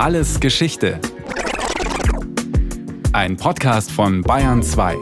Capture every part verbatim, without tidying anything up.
Alles Geschichte. Ein Podcast von Bayern zwei.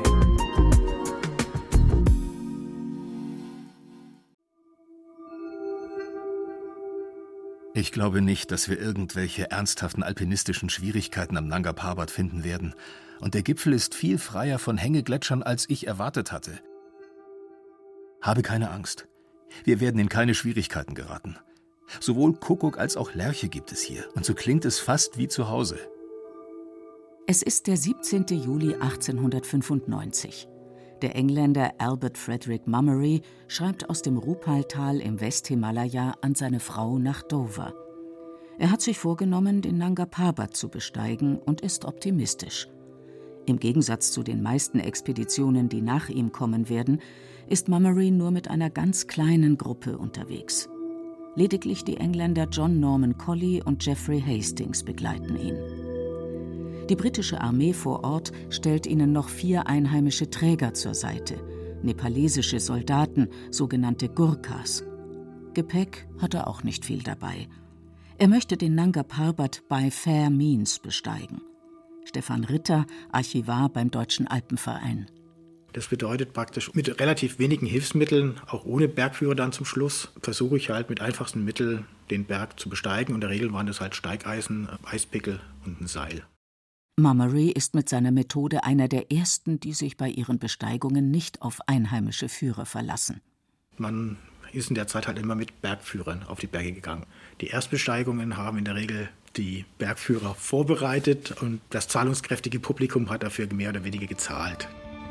Ich glaube nicht, dass wir irgendwelche ernsthaften alpinistischen Schwierigkeiten am Nanga Parbat finden werden. Und der Gipfel ist viel freier von Hängegletschern, als ich erwartet hatte. Habe keine Angst. Wir werden in keine Schwierigkeiten geraten. Sowohl Kuckuck als auch Lerche gibt es hier. Und so klingt es fast wie zu Hause. Es ist der siebzehnten Juli achtzehnhundertfünfundneunzig. Der Engländer Albert Frederick Mummery schreibt aus dem Rupaltal im Westhimalaya an seine Frau nach Dover. Er hat sich vorgenommen, den Nanga Parbat zu besteigen und ist optimistisch. Im Gegensatz zu den meisten Expeditionen, die nach ihm kommen werden, ist Mummery nur mit einer ganz kleinen Gruppe unterwegs. Lediglich die Engländer John Norman Colley und Geoffrey Hastings begleiten ihn. Die britische Armee vor Ort stellt ihnen noch vier einheimische Träger zur Seite, nepalesische Soldaten, sogenannte Gurkhas. Gepäck hat er auch nicht viel dabei. Er möchte den Nanga Parbat by fair means besteigen. Stefan Ritter, Archivar beim Deutschen Alpenverein. Das bedeutet praktisch, mit relativ wenigen Hilfsmitteln, auch ohne Bergführer dann zum Schluss, versuche ich halt mit einfachsten Mitteln den Berg zu besteigen. Und in der Regel waren das halt Steigeisen, Eispickel und ein Seil. Mummery ist mit seiner Methode einer der ersten, die sich bei ihren Besteigungen nicht auf einheimische Führer verlassen. Man ist in der Zeit halt immer mit Bergführern auf die Berge gegangen. Die Erstbesteigungen haben in der Regel die Bergführer vorbereitet und das zahlungskräftige Publikum hat dafür mehr oder weniger gezahlt.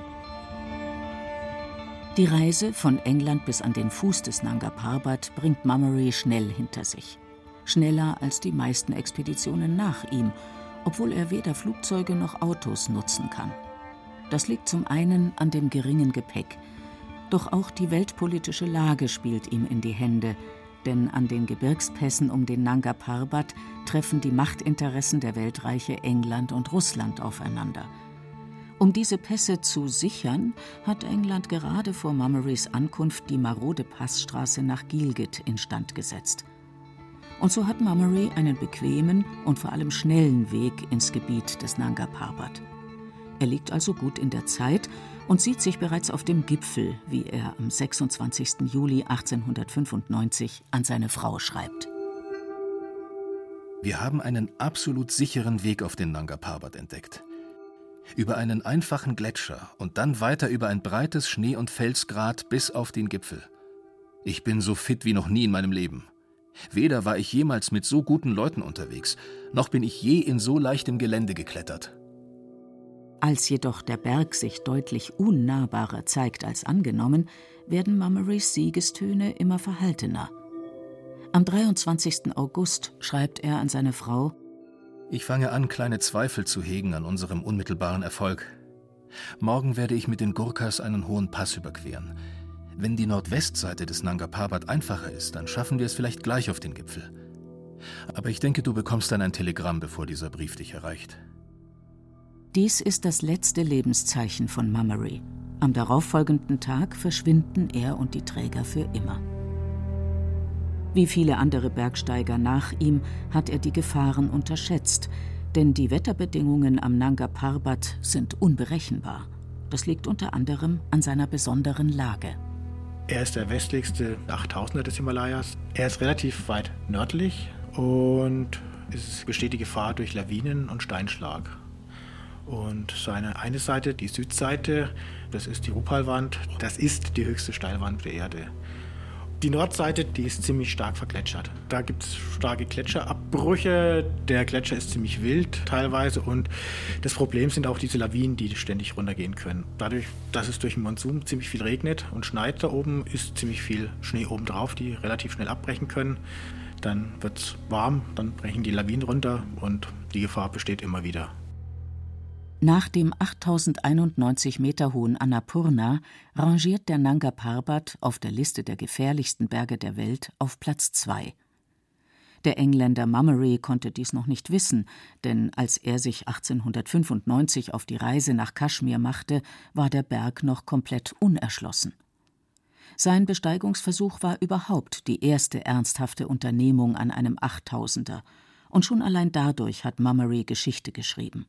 Die Reise von England bis an den Fuß des Nanga Parbat bringt Mummery schnell hinter sich. Schneller als die meisten Expeditionen nach ihm, obwohl er weder Flugzeuge noch Autos nutzen kann. Das liegt zum einen an dem geringen Gepäck. Doch auch die weltpolitische Lage spielt ihm in die Hände, denn an den Gebirgspässen um den Nanga Parbat treffen die Machtinteressen der Weltreiche England und Russland aufeinander. Um diese Pässe zu sichern, hat England gerade vor Mummerys Ankunft die marode Passstraße nach Gilgit instand gesetzt. Und so hat Mummery einen bequemen und vor allem schnellen Weg ins Gebiet des Nanga Parbat. Er liegt also gut in der Zeit und sieht sich bereits auf dem Gipfel, wie er am sechsundzwanzigsten Juli achtzehnhundertfünfundneunzig an seine Frau schreibt. Wir haben einen absolut sicheren Weg auf den Nanga Parbat entdeckt. Über einen einfachen Gletscher und dann weiter über ein breites Schnee- und Felsgrat bis auf den Gipfel. Ich bin so fit wie noch nie in meinem Leben. Weder war ich jemals mit so guten Leuten unterwegs, noch bin ich je in so leichtem Gelände geklettert. Als jedoch der Berg sich deutlich unnahbarer zeigt als angenommen, werden Mummerys Siegestöne immer verhaltener. Am dreiundzwanzigsten August schreibt er an seine Frau: Ich fange an, kleine Zweifel zu hegen an unserem unmittelbaren Erfolg. Morgen werde ich mit den Gurkhas einen hohen Pass überqueren. Wenn die Nordwestseite des Nanga Parbat einfacher ist, dann schaffen wir es vielleicht gleich auf den Gipfel. Aber ich denke, du bekommst dann ein Telegramm, bevor dieser Brief dich erreicht. Dies ist das letzte Lebenszeichen von Mummery. Am darauffolgenden Tag verschwinden er und die Träger für immer. Wie viele andere Bergsteiger nach ihm hat er die Gefahren unterschätzt, denn die Wetterbedingungen am Nanga Parbat sind unberechenbar. Das liegt unter anderem an seiner besonderen Lage. Er ist der westlichste achttausender des Himalayas. Er ist relativ weit nördlich und es besteht die Gefahr durch Lawinen und Steinschlag. Und seine eine Seite, die Südseite, das ist die Rupalwand, das ist die höchste Steilwand der Erde. Die Nordseite, die ist ziemlich stark vergletschert. Da gibt es starke Gletscherabbrüche. Der Gletscher ist ziemlich wild teilweise und das Problem sind auch diese Lawinen, die ständig runtergehen können. Dadurch, dass es durch den Monsun ziemlich viel regnet und schneit da oben, ist ziemlich viel Schnee oben drauf, die relativ schnell abbrechen können. Dann wird es warm, dann brechen die Lawinen runter und die Gefahr besteht immer wieder. Nach dem achttausendeinundneunzig Meter hohen Annapurna rangiert der Nanga Parbat auf der Liste der gefährlichsten Berge der Welt auf Platz zwei. Der Engländer Mummery konnte dies noch nicht wissen, denn als er sich achtzehnhundertfünfundneunzig auf die Reise nach Kaschmir machte, war der Berg noch komplett unerschlossen. Sein Besteigungsversuch war überhaupt die erste ernsthafte Unternehmung an einem Achttausender. Und schon allein dadurch hat Mummery Geschichte geschrieben.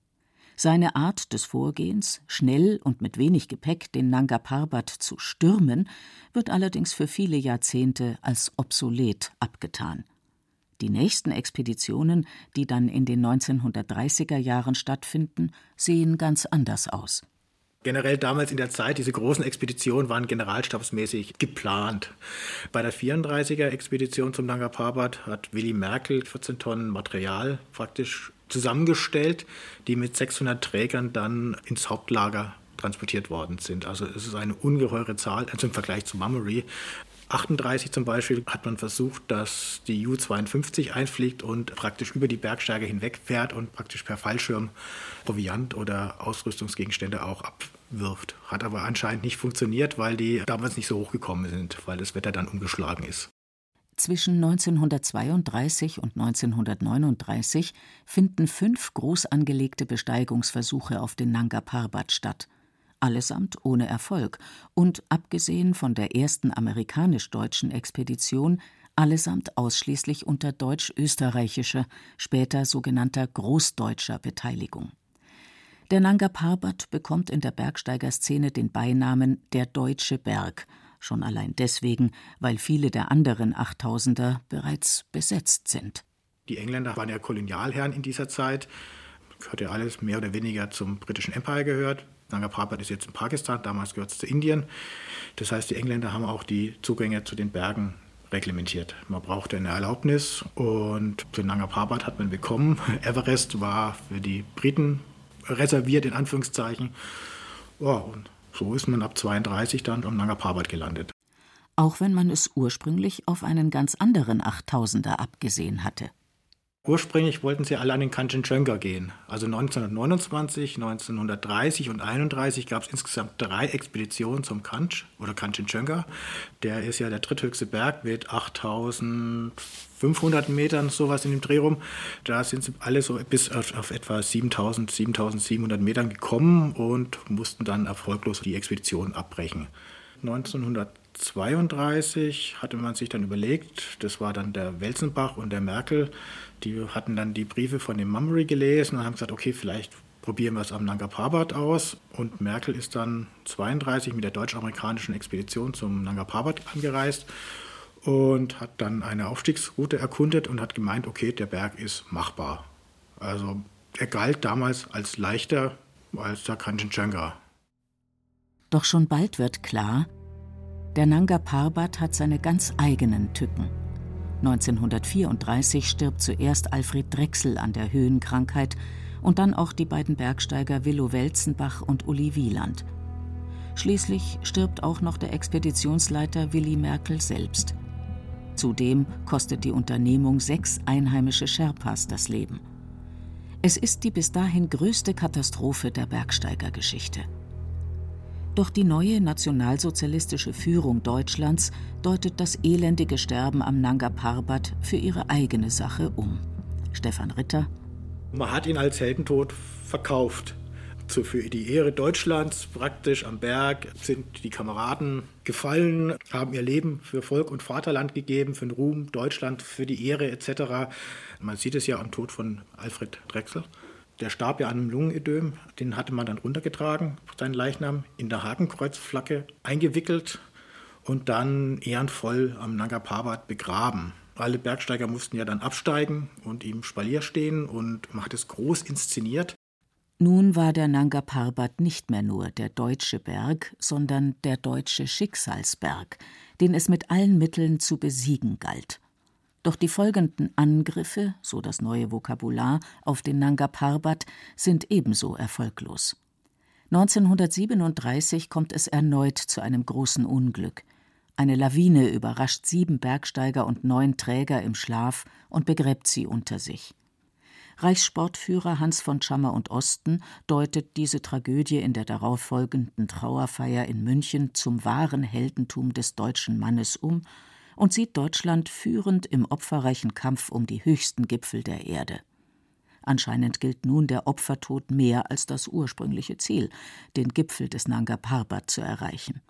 Seine Art des Vorgehens, schnell und mit wenig Gepäck den Nanga Parbat zu stürmen, wird allerdings für viele Jahrzehnte als obsolet abgetan. Die nächsten Expeditionen, die dann in den neunzehnhundertdreißiger Jahren stattfinden, sehen ganz anders aus. Generell damals in der Zeit, diese großen Expeditionen waren generalstabsmäßig geplant. Bei der vierunddreißiger Expedition zum Nanga Parbat hat Willy Merkel vierzehn Tonnen Material praktisch zusammengestellt, die mit sechshundert Trägern dann ins Hauptlager transportiert worden sind. Also es ist eine ungeheure Zahl, also im Vergleich zu Mummery. achtunddreißig zum Beispiel hat man versucht, dass die U zweiundfünfzig einfliegt und praktisch über die Bergsteiger hinweg fährt und praktisch per Fallschirm Proviant oder Ausrüstungsgegenstände auch abwirft. Hat aber anscheinend nicht funktioniert, weil die damals nicht so hochgekommen sind, weil das Wetter dann umgeschlagen ist. Zwischen neunzehnhundertzweiunddreißig und neunzehnhundertneununddreißig finden fünf groß angelegte Besteigungsversuche auf den Nanga Parbat statt. Allesamt ohne Erfolg und, abgesehen von der ersten amerikanisch-deutschen Expedition, allesamt ausschließlich unter deutsch-österreichischer, später sogenannter großdeutscher Beteiligung. Der Nanga Parbat bekommt in der Bergsteigerszene den Beinamen »der deutsche Berg«, schon allein deswegen, weil viele der anderen Achttausender bereits besetzt sind. Die Engländer waren ja Kolonialherren in dieser Zeit, hat ja alles mehr oder weniger zum britischen Empire gehört. Nanga Parbat ist jetzt in Pakistan, damals gehört es zu Indien. Das heißt, die Engländer haben auch die Zugänge zu den Bergen reglementiert. Man brauchte eine Erlaubnis und den Nanga Parbat hat man bekommen. Everest war für die Briten reserviert, in Anführungszeichen. Ja, und so ist man ab zweiunddreißig dann am Nanga Parbat gelandet. Auch wenn man es ursprünglich auf einen ganz anderen Achttausender abgesehen hatte. Ursprünglich wollten sie alle an den Kanchenjunga gehen. Also neunzehnhundertneunundzwanzig, neunzehnhundertdreißig und einunddreißig gab es insgesamt drei Expeditionen zum Kanch oder Kanchenjunga. Der ist ja der dritthöchste Berg mit achttausendfünfhundert Metern, sowas in dem Dreh rum. Da sind sie alle so bis auf, auf etwa siebentausend, siebentausendsiebenhundert Metern gekommen und mussten dann erfolglos die Expedition abbrechen. neunzehnhundertzweiunddreißig hatte man sich dann überlegt, das war dann der Welzenbach und der Merkel, die hatten dann die Briefe von dem Mummery gelesen und haben gesagt, okay, vielleicht probieren wir es am Nanga Parbat aus. Und Merkel ist dann zweiunddreißig mit der deutsch-amerikanischen Expedition zum Nanga Parbat angereist und hat dann eine Aufstiegsroute erkundet und hat gemeint, okay, der Berg ist machbar. Also er galt damals als leichter als der Kanchenjunga. Doch schon bald wird klar, der Nanga Parbat hat seine ganz eigenen Tücken. neunzehnhundertvierunddreißig stirbt zuerst Alfred Drechsel an der Höhenkrankheit und dann auch die beiden Bergsteiger Willo Welzenbach und Uli Wieland. Schließlich stirbt auch noch der Expeditionsleiter Willy Merkel selbst. Zudem kostet die Unternehmung sechs einheimische Sherpas das Leben. Es ist die bis dahin größte Katastrophe der Bergsteigergeschichte. Doch die neue nationalsozialistische Führung Deutschlands deutet das elendige Sterben am Nanga Parbat für ihre eigene Sache um. Stefan Ritter: Man hat ihn als Heldentod verkauft. So für die Ehre Deutschlands praktisch am Berg sind die Kameraden gefallen, haben ihr Leben für Volk und Vaterland gegeben, für den Ruhm Deutschland, für die Ehre et cetera. Man sieht es ja am Tod von Alfred Drechsel. Der starb ja an einem Lungenödem, den hatte man dann runtergetragen, seinen Leichnam, in der Hakenkreuzflagge eingewickelt und dann ehrenvoll am Nanga Parbat begraben. Alle Bergsteiger mussten ja dann absteigen und ihm Spalier stehen und man hat es groß inszeniert. Nun war der Nanga Parbat nicht mehr nur der deutsche Berg, sondern der deutsche Schicksalsberg, den es mit allen Mitteln zu besiegen galt. Doch die folgenden Angriffe, so das neue Vokabular, auf den Nanga Parbat sind ebenso erfolglos. neunzehnhundertsiebenunddreißig kommt es erneut zu einem großen Unglück. Eine Lawine überrascht sieben Bergsteiger und neun Träger im Schlaf und begräbt sie unter sich. Reichssportführer Hans von Tschammer und Osten deutet diese Tragödie in der darauffolgenden Trauerfeier in München zum wahren Heldentum des deutschen Mannes um und sieht Deutschland führend im opferreichen Kampf um die höchsten Gipfel der Erde. Anscheinend gilt nun der Opfertod mehr als das ursprüngliche Ziel, den Gipfel des Nanga Parbat zu erreichen.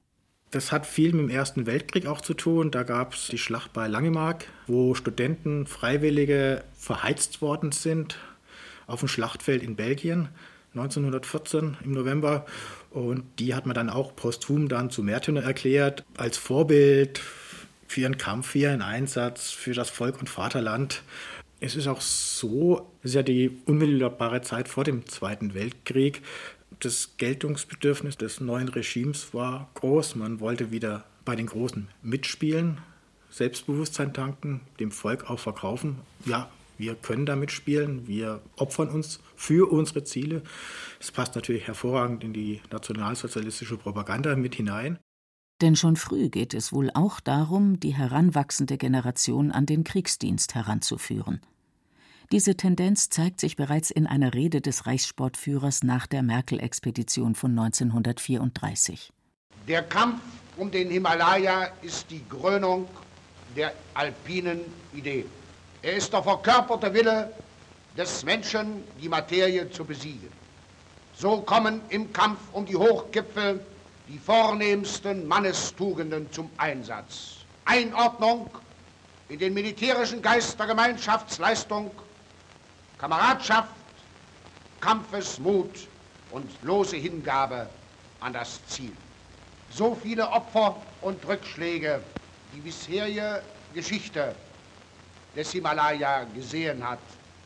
Das hat viel mit dem Ersten Weltkrieg auch zu tun. Da gab es die Schlacht bei Langemark, wo Studenten, Freiwillige verheizt worden sind auf dem Schlachtfeld in Belgien neunzehnhundertvierzehn im November. Und die hat man dann auch posthum dann zu Märtyrern erklärt, als Vorbild für ihren Kampf, für ihren Einsatz, für das Volk und Vaterland. Es ist auch so, es ist ja die unmittelbare Zeit vor dem Zweiten Weltkrieg. Das Geltungsbedürfnis des neuen Regimes war groß. Man wollte wieder bei den Großen mitspielen, Selbstbewusstsein tanken, dem Volk auch verkaufen. Ja, wir können da mitspielen, wir opfern uns für unsere Ziele. Das passt natürlich hervorragend in die nationalsozialistische Propaganda mit hinein. Denn schon früh geht es wohl auch darum, die heranwachsende Generation an den Kriegsdienst heranzuführen. Diese Tendenz zeigt sich bereits in einer Rede des Reichssportführers nach der Merkel-Expedition von neunzehnhundertvierunddreißig. Der Kampf um den Himalaya ist die Krönung der alpinen Idee. Er ist der verkörperte Wille des Menschen, die Materie zu besiegen. So kommen im Kampf um die Hochgipfel die vornehmsten Mannestugenden zum Einsatz. Einordnung in den militärischen Geist der Gemeinschaftsleistung, Kameradschaft, Kampfesmut und lose Hingabe an das Ziel. So viele Opfer und Rückschläge die bisherige Geschichte des Himalaya gesehen hat.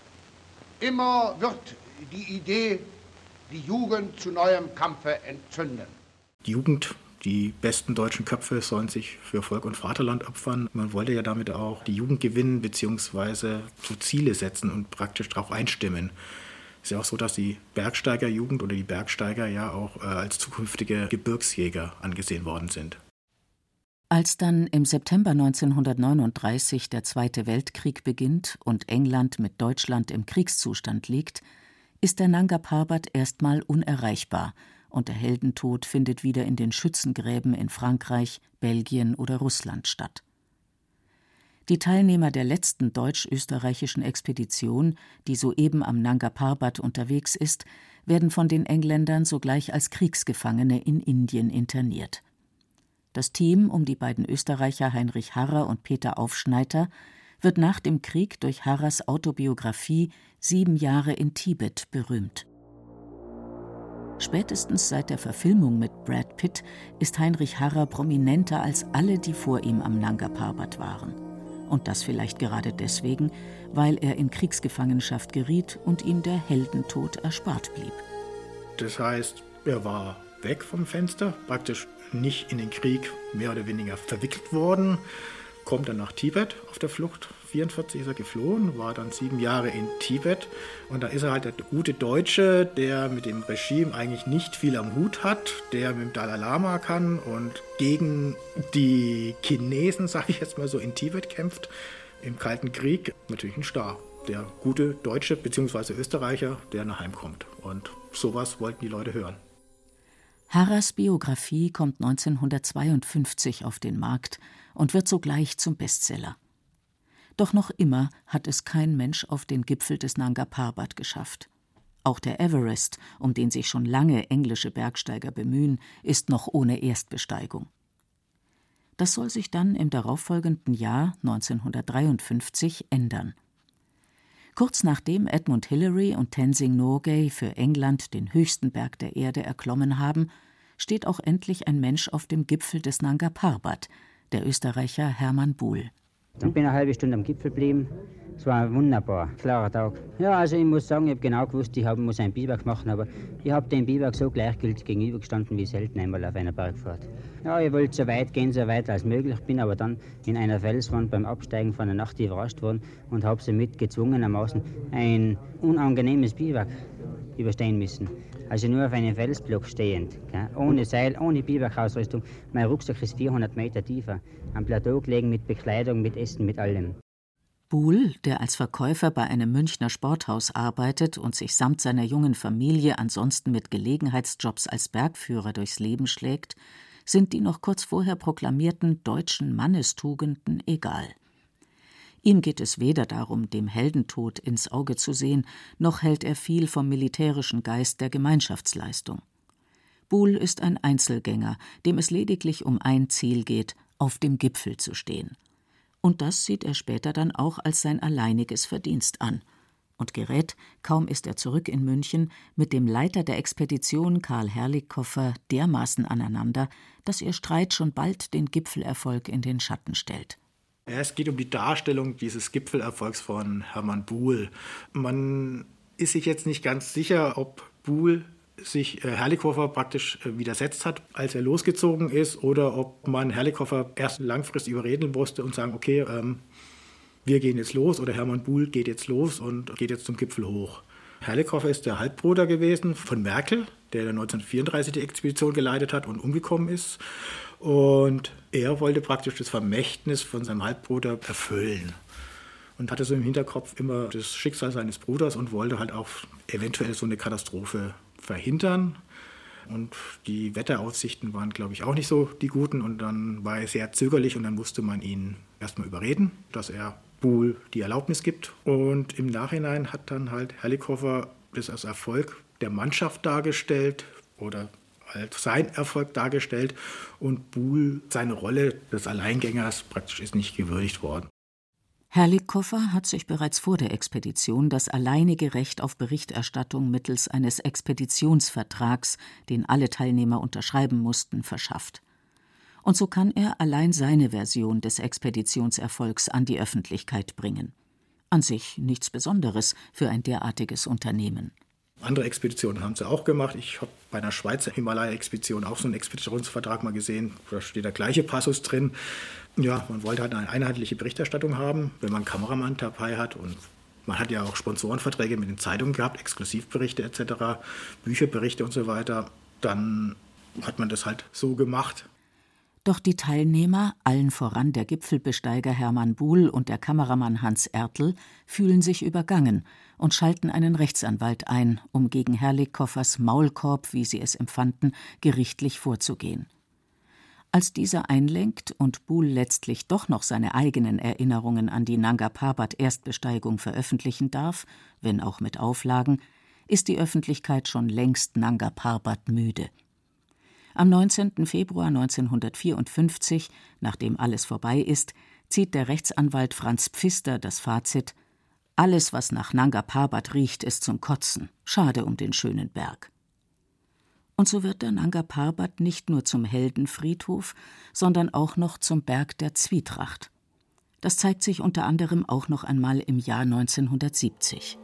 Immer wird die Idee, die Jugend zu neuem Kampfe entzünden. Die Jugend, die besten deutschen Köpfe sollen sich für Volk und Vaterland opfern. Man wollte ja damit auch die Jugend gewinnen bzw. so Ziele setzen und praktisch darauf einstimmen. Es ist ja auch so, dass die Bergsteigerjugend oder die Bergsteiger ja auch äh, als zukünftige Gebirgsjäger angesehen worden sind. Als dann im September neunzehnhundertneununddreißig der Zweite Weltkrieg beginnt und England mit Deutschland im Kriegszustand liegt, ist der Nanga Parbat erstmal unerreichbar und der Heldentod findet wieder in den Schützengräben in Frankreich, Belgien oder Russland statt. Die Teilnehmer der letzten deutsch-österreichischen Expedition, die soeben am Nanga Parbat unterwegs ist, werden von den Engländern sogleich als Kriegsgefangene in Indien interniert. Das Team um die beiden Österreicher Heinrich Harrer und Peter Aufschneider wird nach dem Krieg durch Harrers Autobiografie Sieben Jahre in Tibet berühmt. Spätestens seit der Verfilmung mit Brad Pitt ist Heinrich Harrer prominenter als alle, die vor ihm am Nanga Parbat waren. Und das vielleicht gerade deswegen, weil er in Kriegsgefangenschaft geriet und ihm der Heldentod erspart blieb. Das heißt, er war weg vom Fenster, praktisch nicht in den Krieg mehr oder weniger verwickelt worden, kommt dann nach Tibet auf der Flucht. vierundvierzig ist er geflohen, war dann sieben Jahre in Tibet. Und da ist er halt der gute Deutsche, der mit dem Regime eigentlich nicht viel am Hut hat, der mit dem Dalai Lama kann und gegen die Chinesen, sage ich jetzt mal so, in Tibet kämpft, im Kalten Krieg. Natürlich ein Star, der gute Deutsche bzw. Österreicher, der nach Heim kommt. Und sowas wollten die Leute hören. Harrers Biografie kommt neunzehnhundertzweiundfünfzig auf den Markt und wird sogleich zum Bestseller. Doch noch immer hat es kein Mensch auf den Gipfel des Nanga Parbat geschafft. Auch der Everest, um den sich schon lange englische Bergsteiger bemühen, ist noch ohne Erstbesteigung. Das soll sich dann im darauffolgenden Jahr neunzehnhundertdreiundfünfzig ändern. Kurz nachdem Edmund Hillary und Tenzing Norgay für England den höchsten Berg der Erde erklommen haben, steht auch endlich ein Mensch auf dem Gipfel des Nanga Parbat, der Österreicher Hermann Buhl. Dann bin ich eine halbe Stunde am Gipfel geblieben. Es war ein wunderbar klarer Tag. Ja, also ich muss sagen, ich habe genau gewusst, ich hab, muss einen Biwak machen, aber ich habe dem Biwak so gleichgültig gegenübergestanden wie selten einmal auf einer Bergfahrt. Ja, ich wollte so weit gehen, so weit als möglich, bin aber dann in einer Felswand beim Absteigen von der Nacht überrascht worden und habe somit gezwungenermaßen ein unangenehmes Biwak überstehen müssen. Also nur auf einem Felsblock stehend, gell? Ohne Seil, ohne Biwakausrüstung. Mein Rucksack ist vierhundert Meter tiefer, am Plateau gelegen mit Bekleidung, mit Essen, mit allem. Buhl, der als Verkäufer bei einem Münchner Sporthaus arbeitet und sich samt seiner jungen Familie ansonsten mit Gelegenheitsjobs als Bergführer durchs Leben schlägt, sind die noch kurz vorher proklamierten deutschen Mannestugenden egal. Ihm geht es weder darum, dem Heldentod ins Auge zu sehen, noch hält er viel vom militärischen Geist der Gemeinschaftsleistung. Buhl ist ein Einzelgänger, dem es lediglich um ein Ziel geht, auf dem Gipfel zu stehen. Und das sieht er später dann auch als sein alleiniges Verdienst an und gerät, kaum ist er zurück in München, mit dem Leiter der Expedition Karl Herlikofer dermaßen aneinander, dass ihr Streit schon bald den Gipfelerfolg in den Schatten stellt. Es geht um die Darstellung dieses Gipfelerfolgs von Hermann Buhl. Man ist sich jetzt nicht ganz sicher, ob Buhl sich äh, Herlikofer praktisch äh, widersetzt hat, als er losgezogen ist, oder ob man Herlikofer erst langfristig überreden musste und sagen, okay, ähm, wir gehen jetzt los, oder Hermann Buhl geht jetzt los und geht jetzt zum Gipfel hoch. Herlikofer ist der Halbbruder gewesen von Merkel, der neunzehnhundertvierunddreißig die Expedition geleitet hat und umgekommen ist. Und er wollte praktisch das Vermächtnis von seinem Halbbruder erfüllen und hatte so im Hinterkopf immer das Schicksal seines Bruders und wollte halt auch eventuell so eine Katastrophe verhindern. Und die Wetteraussichten waren, glaube ich, auch nicht so die guten. Und dann war er sehr zögerlich und dann musste man ihn erstmal überreden, dass er Buhl die Erlaubnis gibt. Und im Nachhinein hat dann halt Herlikofer das als Erfolg der Mannschaft dargestellt oder halt sein Erfolg dargestellt. Und Buhl, seine Rolle des Alleingängers praktisch ist nicht gewürdigt worden. Herlikofer hat sich bereits vor der Expedition das alleinige Recht auf Berichterstattung mittels eines Expeditionsvertrags, den alle Teilnehmer unterschreiben mussten, verschafft. Und so kann er allein seine Version des Expeditionserfolgs an die Öffentlichkeit bringen. An sich nichts Besonderes für ein derartiges Unternehmen. Andere Expeditionen haben sie auch gemacht. Ich habe bei einer Schweizer Himalaya-Expedition auch so einen Expeditionsvertrag mal gesehen. Da steht der gleiche Passus drin. Ja, man wollte halt eine einheitliche Berichterstattung haben, wenn man einen Kameramann dabei hat. Und man hat ja auch Sponsorenverträge mit den Zeitungen gehabt, Exklusivberichte et cetera, Bücherberichte und so weiter. Dann hat man das halt so gemacht. Doch die Teilnehmer, allen voran der Gipfelbesteiger Hermann Buhl und der Kameramann Hans Ertl, fühlen sich übergangen und schalten einen Rechtsanwalt ein, um gegen Herlikofers Maulkorb, wie sie es empfanden, gerichtlich vorzugehen. Als dieser einlenkt und Buhl letztlich doch noch seine eigenen Erinnerungen an die Nanga Parbat-Erstbesteigung veröffentlichen darf, wenn auch mit Auflagen, ist die Öffentlichkeit schon längst Nanga Parbat müde. Am neunzehnten Februar neunzehnhundertvierundfünfzig, nachdem alles vorbei ist, zieht der Rechtsanwalt Franz Pfister das Fazit: Alles, was nach Nanga Parbat riecht, ist zum Kotzen. Schade um den schönen Berg. Und so wird der Nanga Parbat nicht nur zum Heldenfriedhof, sondern auch noch zum Berg der Zwietracht. Das zeigt sich unter anderem auch noch einmal im Jahr neunzehnhundertsiebzig.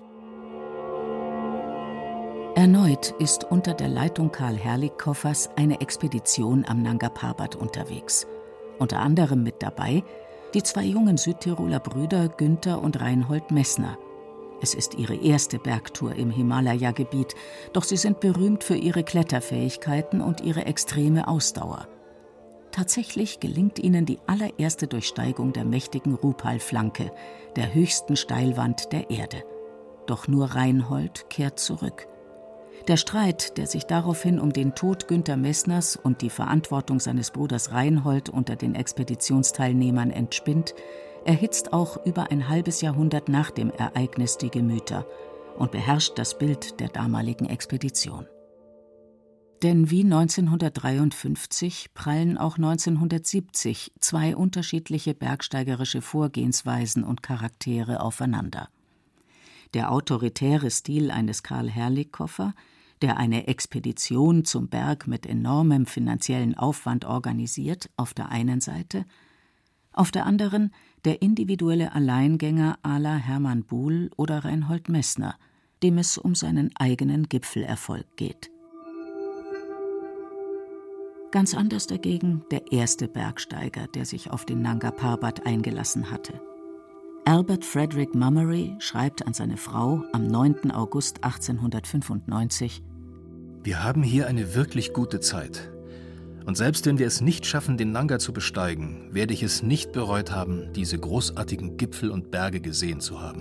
Erneut ist unter der Leitung Karl Herlikofers eine Expedition am Nanga Parbat unterwegs. Unter anderem mit dabei die zwei jungen Südtiroler Brüder Günther und Reinhold Messner. Es ist ihre erste Bergtour im Himalaya-Gebiet, doch sie sind berühmt für ihre Kletterfähigkeiten und ihre extreme Ausdauer. Tatsächlich gelingt ihnen die allererste Durchsteigung der mächtigen Rupal-Flanke, der höchsten Steilwand der Erde. Doch nur Reinhold kehrt zurück. Der Streit, der sich daraufhin um den Tod Günther Messners und die Verantwortung seines Bruders Reinhold unter den Expeditionsteilnehmern entspinnt, erhitzt auch über ein halbes Jahrhundert nach dem Ereignis die Gemüter und beherrscht das Bild der damaligen Expedition. Denn wie neunzehnhundertdreiundfünfzig prallen auch neunzehnhundertsiebzig zwei unterschiedliche bergsteigerische Vorgehensweisen und Charaktere aufeinander. Der autoritäre Stil eines Karl Herlikofer, der eine Expedition zum Berg mit enormem finanziellen Aufwand organisiert, auf der einen Seite, auf der anderen der individuelle Alleingänger à la Hermann Buhl oder Reinhold Messner, dem es um seinen eigenen Gipfelerfolg geht. Ganz anders dagegen der erste Bergsteiger, der sich auf den Nanga Parbat eingelassen hatte. Albert Frederick Mummery schreibt an seine Frau am neunten August achtzehnhundertfünfundneunzig: Wir haben hier eine wirklich gute Zeit. Und selbst wenn wir es nicht schaffen, den Nanga zu besteigen, werde ich es nicht bereut haben, diese großartigen Gipfel und Berge gesehen zu haben.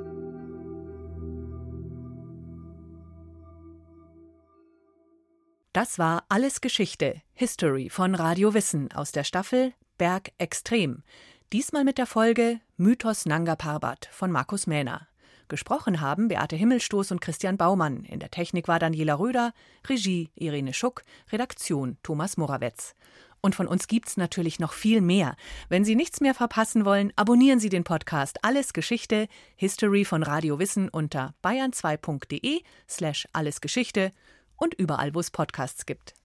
Das war Alles Geschichte, History von Radio Wissen aus der Staffel Berg Extrem. Diesmal mit der Folge Mythos Nanga Parbat von Markus Mähner. Gesprochen haben Beate Himmelstoß und Christian Baumann. In der Technik war Daniela Röder, Regie Irene Schuck, Redaktion Thomas Morawetz. Und von uns gibt's natürlich noch viel mehr. Wenn Sie nichts mehr verpassen wollen, abonnieren Sie den Podcast Alles Geschichte, History von Radio Wissen unter bayern zwei punkt de slash allesgeschichte und überall, wo es Podcasts gibt.